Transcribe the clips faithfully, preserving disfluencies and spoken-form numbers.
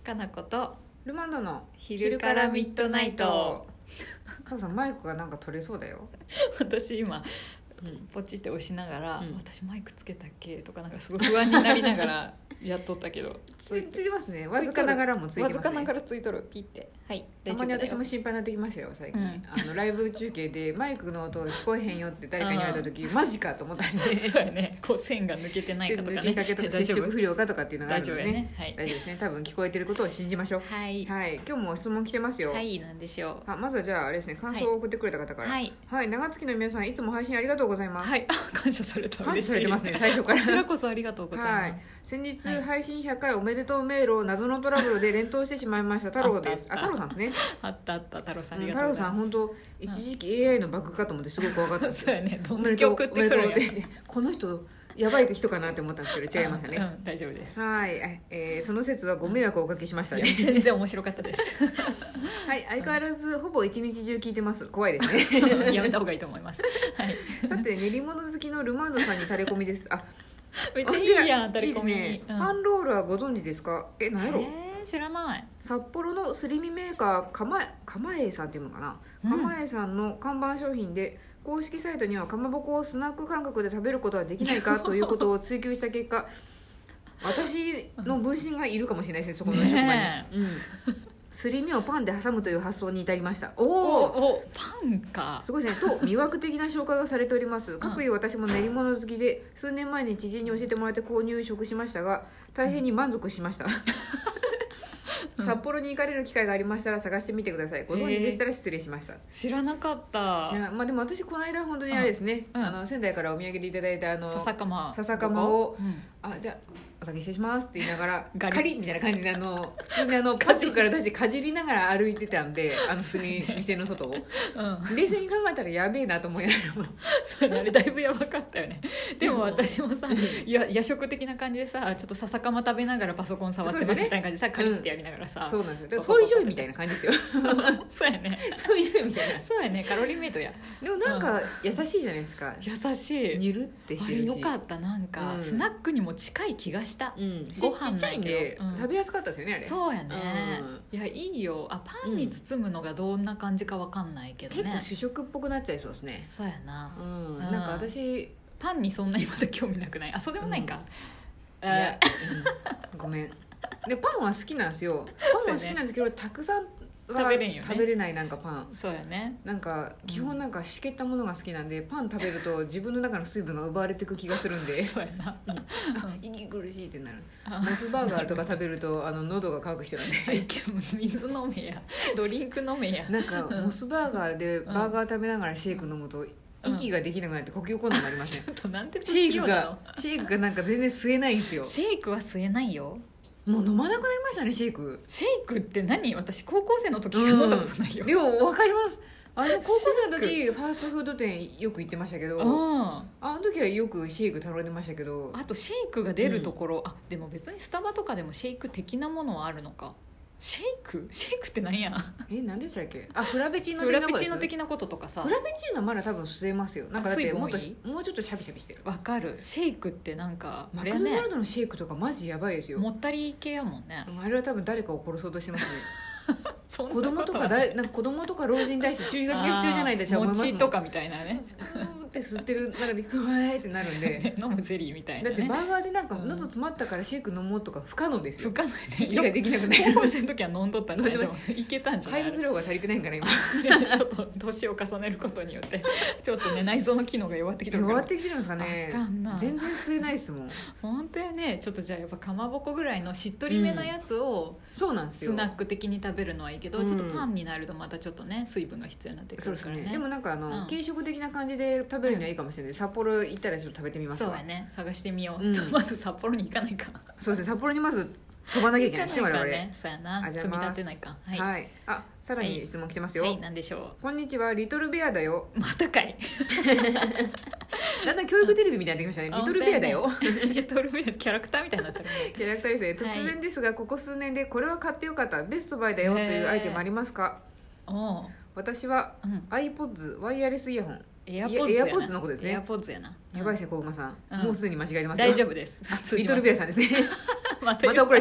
かなことルマンドの昼からミッドナイト。 カズさんマイクがなんか取れそうだよ。 私今うんポチって押しながら、 うん私マイクつけたっけとかなんかすごい不安になりながらやっとったけどつついてますね。わずかながらもついてますね。 わずかながらついとるピッて。はいたまに私も大丈夫だよ。 心配になってきましたよ最近、 うんあのライブ中継でマイクの音が聞こえへんよって誰かに言われた時、マジかと思ったんでそうやね、こう線が抜けてないかとかね、 抜けかけとか接触不良かとかっていうのがあ大丈夫やるのでねね。はい大丈夫ですね。多分聞こえてることを信じましょう。 はいはい、今日も質問来てますよ。 はい、なんでしょう。 あまずはじゃああれですね、感想を送ってくれた方から。 はいはい、長月の皆さんいつも配信ありがとうございます。 はい、あ感謝された。 感謝されてますね嬉しい最初からこちらこそありがとうございはいます。 先日、 はい配信ひゃっかいおめでとうメールを謎のトラブルで連投してしまいました太郎です。 あったあったあ太郎さんですね。 あったあった太郎さんあうんりがとうございます。 太郎さん本当一時期 エーアイ のバグかと思ってすごい怖かったです。 そうやね、どおめでとうんだけ送ってくるんやおめでとうってこの人やばい人かなって思ったんですけど違いましたね。 うんうん、大丈夫です。 はい、えーその説はご迷惑をおかけしましたいやね。 全然面白かったです。 はい、相変わらずほぼ一日中聞いてます。怖いですね。 やめた方がいいと思います。はい。 さて練り物好きのルマンドさんにタレコミです。あ、 めっちゃいいやん、タレコミ。 いいですね。 うんパンロールはご存知ですか？え、なんやろ？ えー、知らない。 札幌のすり身メーカーかまえかまえさんっていうのかな、 うんかまえさんの看板商品で公式サイトにはかまぼこをスナック感覚で食べることはできないかということを追求した結果私の分身がいるかもしれないですね、そこの職場に、 ねうん、すり身をパンで挟むという発想に至りました。おおおお、パンか。 すごいですね。と魅惑的な紹介がされております各いう私も練り物好きで数年前に知人に教えてもらって購入食しましたが大変に満足しました、札幌に行かれる機会がありましたら探してみてください。ご存知でしたら失礼しました。 知らなかった知。らまあ、でも私この間本当にあれですね、 うんうんあの仙台からお土産でいただいたあの笹かま。 笹かまをうんあじゃあお酒失礼しますって言いながらガリカリッみたいな感じであの普通にあのパックから出してかじりながら歩いてたんであの普通に店の外をうん。 冷静に考えたらやべえなと思いながらもそうね、あれだいぶやばかったよね。でも私もさ、いや夜食的な感じでさ、ちょっと笹かま食べながらパソコン触ってますみたいな感じでさ、カリってやりながらさ。 そうなんですよ。でもソイジョイみたいな感じですよ。 そうやね。 ソイジョイみたいな。 そうやね、カロリーメイトや。 でもなんか優しいじゃないですか。 優しい。 にるってしあれてるし。 よかった、なんか、 うんスナックにも近い気がした。 うん。 ご飯ちっちゃいんで、 ないけどうん食べやすかったですよねあれ。 そうやね、 ういやいいよ。あ、パンに包むのがどんな感じかわかんないけどね。 結構主食っぽくなっちゃいそうですね。 そうやな、 うん。 んなんか私パンにそんなにまだ興味なくない？あ、そうでもないか、 いや、うんごめん。でパンは好きなんですよ。パンは好きなんですけどたくさんは食べれんよね食べれないなんかパン。 そうやね。 なんか基本なんかしけったものが好きなんで、パン食べると自分の中の水分が奪われていく気がするんでそうやな、 うんあ息苦しいってなる。 あモスバーガーとか食べるとあの喉が渇く人なんでいけ水飲めや、ドリンク飲めや。 なんかモスバーガーでバーガー食べながらシェイク飲むと息ができなくなって呼吸困難になりません、 ちょっとなんて不シェイク器用なのがシェイクがなんか全然吸えないんですよ。 シェイクは吸えないよ。 もう飲まなくなりましたねシェイク。 シェイクって何？私高校生の時しか飲んだことないよ、 でも分かります。あの高校生のシ時ファーストフード店よく行ってましたけど、 うん、 あの時はよくシェイク頼んでましたけど、 あとシェイクが出るところ、あでも別にスタバとかでもシェイク的なものはあるのか。シェイクシェイクって何や？ え何でしたっけ？あフラペチーノフラペ的なことですチーノ的なこととかさ。 フラペチーノはまだ多分吸えますよ。なんかだってもっとあ水分もうちょっとシャビシャビしてる。 わかる。シェイクってなんかあマれやねクドナルドのシェイクとかマジやばいですよ。 もったり系やもんね。 あれは多分誰かを殺そうとしてますね。 そんな子供とかだいなんか子供とか老人に対して注意書きが必要じゃないですか。 あー思いますもん。 餅とかみたいなね。 うーって吸ってる中でふわーってなるんで。 ね飲むゼリーみたいなね。 だってバーガーでなんかうん喉詰まったからシェイク飲もうとか不可能ですよ不。可能息がね。 できなくなる。 高校生の時は飲んどったんじゃない？ そうでもでもいけたんじゃない？ 排出量が足りてないんから今。 ちょっと年を重ねることによってちょっとね内臓の機能が弱ってきてるから弱ってきてるんですかね。 あかんな全然吸えないですもん。 本当やね。ちょっとじゃあやっぱかまぼこぐらいのしっとりめなやつをそうなんですよ。 スナック的に食べるのはいいけど、 うんちょっとパンになるとまたちょっとね水分が必要になってくそうですね。 るからね。 でもなんかあの、 うん軽食的な感じで食べるにはいいかもしれない。札幌行ったらちょっと食べてみますわ。 そうやね、探してみよう、 うんまず札幌に行かないか。 そうですね。札幌にまず飛ばなきゃいけないですね我々。 行かないかね。そうやな、 あじゃあ積み立てないか。はい、 はい。あさらに質問来てますよ。 はい、なんでしょこんにちはリトルベアだよ。 う。またかい。 だんだん教育テレビみたいになってきましたね。リトルベアだよ。 リトルベアキャラクターみたいになってるね。 キャラクターですね。突然ですが、ここ数年でこれは買ってよかったベストバイだよというアイテムありますか？ おう、 私はうん、 iPods ワイヤレスイヤホン。 エアポッズやな。 エアポッズのことですねエアポッズやな。 やばいですね小熊さん、 うんもうすでに間違えてますよ。 大丈夫です。 リトルベアさんですね。 またまた怒られちゃう。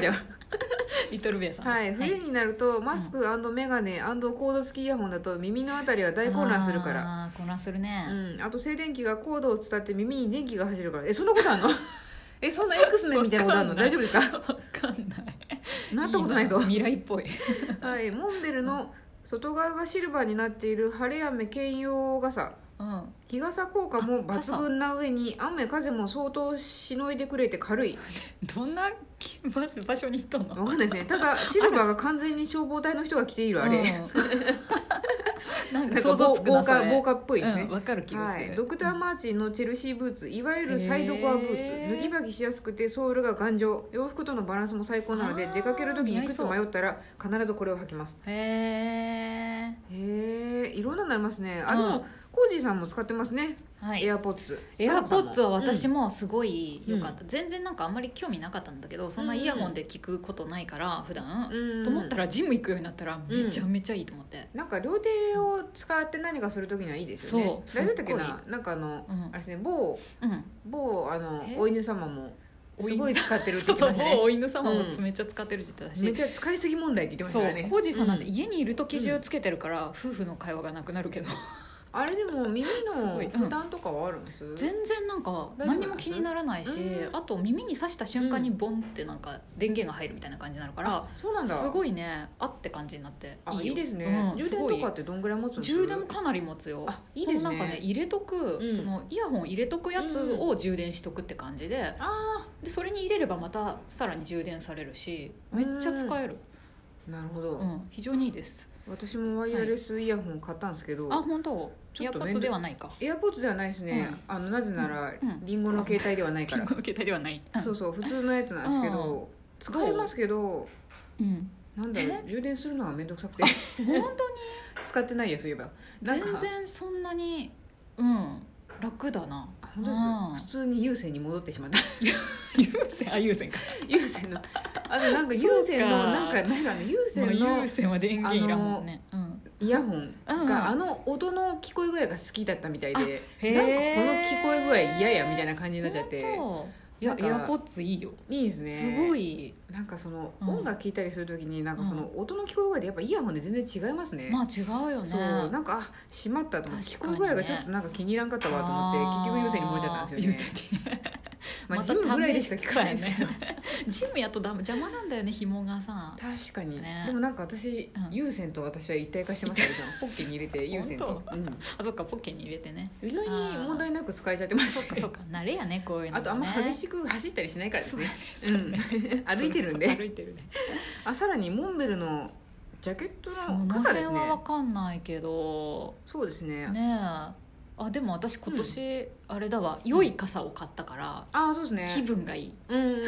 リトルベアさんです、 はい、冬になるとマスク&メガネ&コード付きイヤホンだと耳のあたりが大混乱するから。 あー混乱するね、 うん、あと静電気がコードを伝って耳に電気が走るから。えそんなことあんのえそんな X メンみたいなことあんの？大丈夫ですか？ 分かんないなったことないぞ。 いいな未来っぽいはい、モンベルの外側がシルバーになっている晴れ雨兼用傘、 うん、 日傘効果も抜群な上に雨風も相当しのいでくれて軽い。 どんな場所に行っとんの？ 分かんないですね。ただシルバーが完全に消防隊の人が着ているあれ、 うんなんかなんか想像つくな防火防火っぽいですね。 うん、分かる気がする、 はい、ドクターマーチンのチェルシーブーツ、いわゆるサイドコアブーツ、脱ぎ履きしやすくてソールが頑丈、洋服とのバランスも最高なので出かける時にいくつ迷ったら必ずこれを履きます。 へえへえ、いろんなのありますね。あでも、うん、コージーさんも使ってますね。はい、エアポッツエアポッツは私もすごい良かった、うん、全然なんかあんまり興味なかったんだけど、そんなイヤホンで聞くことないから普段、うん、と思ったらジム行くようになったらめちゃめちゃいいと思って、 うん、なんか両手を使って何かする時にはいいですよね。そう誰だったっけな、なんかあの、うん、あれですね、某、うん、某あのお犬様もすごい使ってるって言ってましたね。 そうそう、お犬様もめっちゃ使ってるって言ってたし、 めっちゃ使いすぎ問題って言ってましたね。 そう、コージーさんなんて家にいる時中つけてるから、夫婦の会話がなくなるけどあれでも耳の負担とかはあるんです？ 全然なんか何にも気にならないし、うん、あと耳に刺した瞬間にボンってなんか電源が入るみたいな感じになるから、 そうなんだ、 すごいね、あって感じになっていいよ。 あ、いいですね、うん、充電とかってどんぐらい持つんですか？ 充電もかなり持つよ。あ、いいですね。このなんかね入れとく、うん、そのイヤホン入れとくやつを充電しとくって感じで、うん、あでそれに入れればまたさらに充電されるし、めっちゃ使える。 なるほど、 うん、非常にいいです。 私もワイヤレスイヤホン買ったんですけど、 はい、あ、本当？エアポッツではないか。 エアポッツではないですね、うん、あのなぜなら、うん、リンゴの携帯ではないから。 リンゴの携帯ではない、 うん、そうそう、普通のやつなんですけど、使えますけど、うん、なんだろう、充電するのはめんどくさくて本当に使ってないや、そういえば。 全然そんなに、うん楽だな。 本当ですよ、普通に有線に戻ってしまった有線、あ、有線か有線のあのなんか有線のなんかなんかね、有線の、 まあ、有線は電源いらんもんね、うん、 イヤホンがあの音の聞こえ具合が好きだったみたいで、なんかこの聞こえ具合嫌やみたいな感じになっちゃって。 いや、エアポッツいいよ。 いいですね。 すごい。 なんかその、うん、音楽聴いたりするときになんかその音の聞こえ具合でやっぱイヤホンで全然違いますね。 まあ違うよね。そう、 なんかあ、しまったと思って、聞こえ具合がちょっとなんか気に入らんかったわと思って、結局有線に戻っちゃったんですよね。有線にねまあ、ジムぐらいでしか聞かないですけど、ね、 ジムやと邪魔なんだよね、紐がさ。 確かに、ね、でもなんか私、うん、有線と私は一体化してましたけどポッケに入れて有線と、うん、 あ、そっか、ポッケに入れてね、 意外に問題なく使えちゃってます、 ね、そっかそっか、慣れやね、こういうの、ね、 あとあんま激しく走ったりしないからですね、 そうね、 うん、歩いてるんで、 歩いてるね。 あ、さらにモンベルのジャケットの傘ですね。 その辺は分かんないけど、 そうですね。 ねえ、あ、でも私今年、うん、あれだわ、良い傘を買ったから、 あ、そうですね、 気分がいい。 うんうんうん、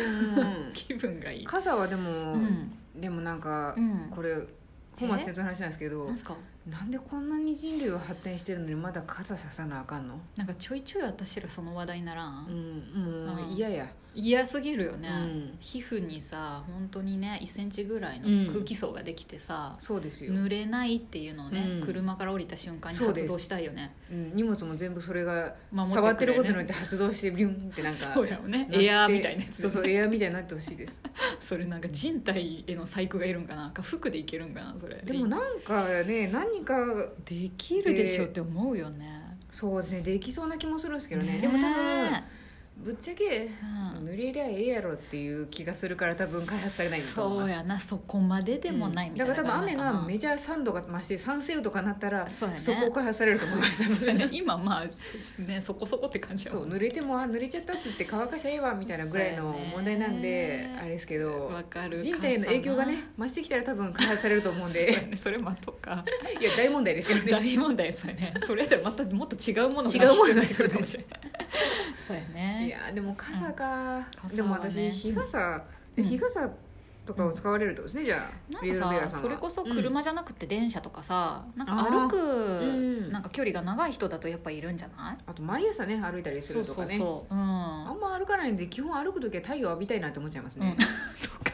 気分がいい。 傘はでも、うん、でもなんか、うん、これ本末転倒の話なんですけど、 なんすか？ なんでこんなに人類は発展してるのにまだ傘ささなあかんの？ なんかちょいちょい私らその話題にならん？ うん、もう嫌や。 嫌すぎるよね、 うん、 皮膚にさ本当にねいっセンチぐらいの空気層ができてさ、 うん、そうですよ、 濡れないっていうのをね、うん、車から降りた瞬間に発動したいよね、 うん、荷物も全部それが触ってることによって発動してビュンってなんかそうやよね、エアーみたいなやつ、ね、 そうそう、エアーみたいになってほしいですそれなんか人体への細工がいるんかな、服でいけるんかな、それ。 でもなんかね、何かできるでしょって思うよね。 そうですね、できそうな気もするんですけどね。でも多分ぶっちゃけ、うん、塗れりゃええやろっていう気がするから多分開発されないんだと思います。 そうやな、そこまででもないみたいな、 うん、だから多分雨がメジャーさんどが増して酸性雨とかなったら そ,、ね、そこを開発されると思いますね、 今まあ、ね、そこそこって感じやもん。そう、濡れてもあ濡れちゃったっつって乾かしゃええわみたいなぐらいの問題なんで、あれですけど、 わかる、 人体への影響がね増してきたら多分開発されると思うんでそう、ね、それもとかいや大問題ですけどね、 大問題ですよね。それでまたもっと違うものが必要になってくるかもしれないそうやね。 いやでも傘か、うん、でも私日傘、うん、日傘とかを使われるとですね、うん、じゃあなんかさ、それこそ車じゃなくて電車とかさ、うん、なんか歩く、うん、なんか距離が長い人だとやっぱいるんじゃない？ あと毎朝ね歩いたりするとかね。そうそうそう、うん、あんま歩かないんで基本歩くときは太陽浴びたいなって思っちゃいますね、 うん、そっか、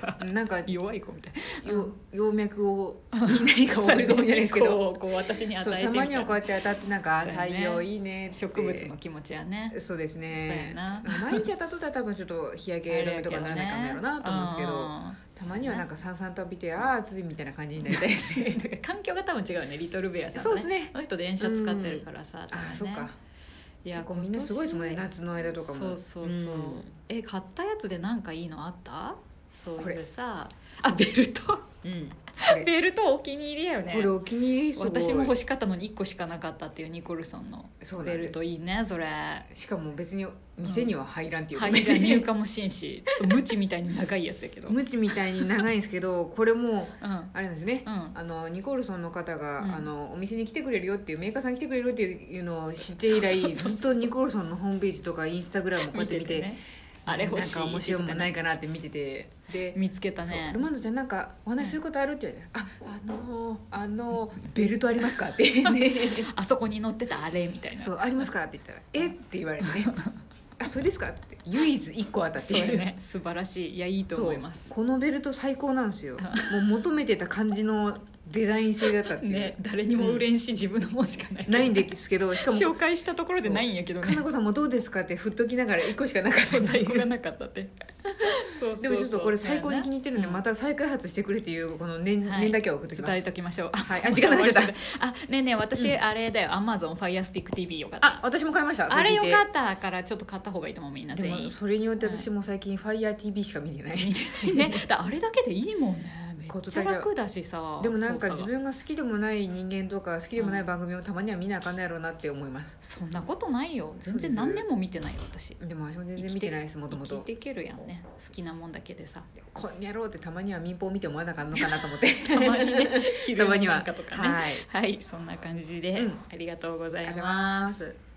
かなんか弱い子みたいな、 よ葉脈を何か送り込むじゃないですけどこうこう私に与えてみたいな。 たまにはこうやって当たってなんか、 そうやね太陽いいねって、 植物の気持ちやね。 そうですね。 そうやな毎日当たっとったら多分ちょっと日焼け止めとかならないかもやろうなと思うんですけど、 あーたまにはなんかさんさんと浴びてああ暑いみたいな感じになりたいですね。 だから環境が多分違うよね、リトルベアさんと、ね、 そうですね。 あの人電車使ってるからさ、 あ多分ねあそうか。 いや結構みんなすごいですもんね、夏の間とかも。 そうそうそう、 うんえ買ったやつでなんかいいのあった？そうこれいうさあベルトうん、 ベルトお気に入りやよね。 これお気に入り、すごい。 私も欲しかったのにいっこしかなかったっていうニコルソンのそうなんですベルト。いいねそれ。 しかも別に店には入らんっていうか、 入ら入荷もしんし、ちょっとムチみたいに長いやつやけどムチみたいに長いんですけど、これもうんあれなんですよね、 うんあのニコルソンの方が、 うんあのお店に来てくれるよっていう、メーカーさん来てくれるっていうのを知って以来、 そうそうそうそうずっとニコルソンのホームページとかインスタグラムをこうやって見て、 ね、あれ欲しいなんか面白いもんないかなって見てて、で見つけたそうね。 ルマンドちゃんなんかお話しすることあるって言われて、ああのあのベルトありますかってねあそこに乗ってたあれみたいな。 そうありますかって言ったらえって言われてねあそれですかって言って唯一いっこあったっていうそうね、素晴らしい。いやいいと思います。 このベルト最高なんですよ。もう求めてた感じのデザイン性だったっていう、 ね、誰にも売れんし、自分のもんしかないないんですけど、しかも紹介したところでないんやけどね。 かなこさんもどうですかって振っときながらいっこしかなかったって在庫がいう。 なかったってそうそうそうでもちょっとこれ最高に気に入ってるんで、 うんまた再開発してくれっていうこの念、 はい念だけは送ってきます。 伝えときましょう。 はいあ時間なくなっちゃったあねえねえ私、 うんあれだよ Amazon Fire Stick ティーブイ よかった。 あ私も買いました。 あれよかっったからちょっと買った方がいいと思う、みんなで全員もそれによって私も最近 FireTV しか見てない。 見てないね。だあれだけでいいもんね。めっちゃ楽だしさ。 でもなんか自操作が分が好きでもない人間とか好きでもない番組をたまには見なあかんのやろうなって思います。 そんなことないよ。全そうです然何年も見てないよ私。 でも私も全然見てないです、もともと。 生きていけるやんね、好きなもんだけでさ。 こんにゃろうってたまには民放見て思わなあかんのかなと思ってたまにねたまには昼のなんかとかね。 はいはい、そんな感じで、 うんありがとうございありがとうございまますす。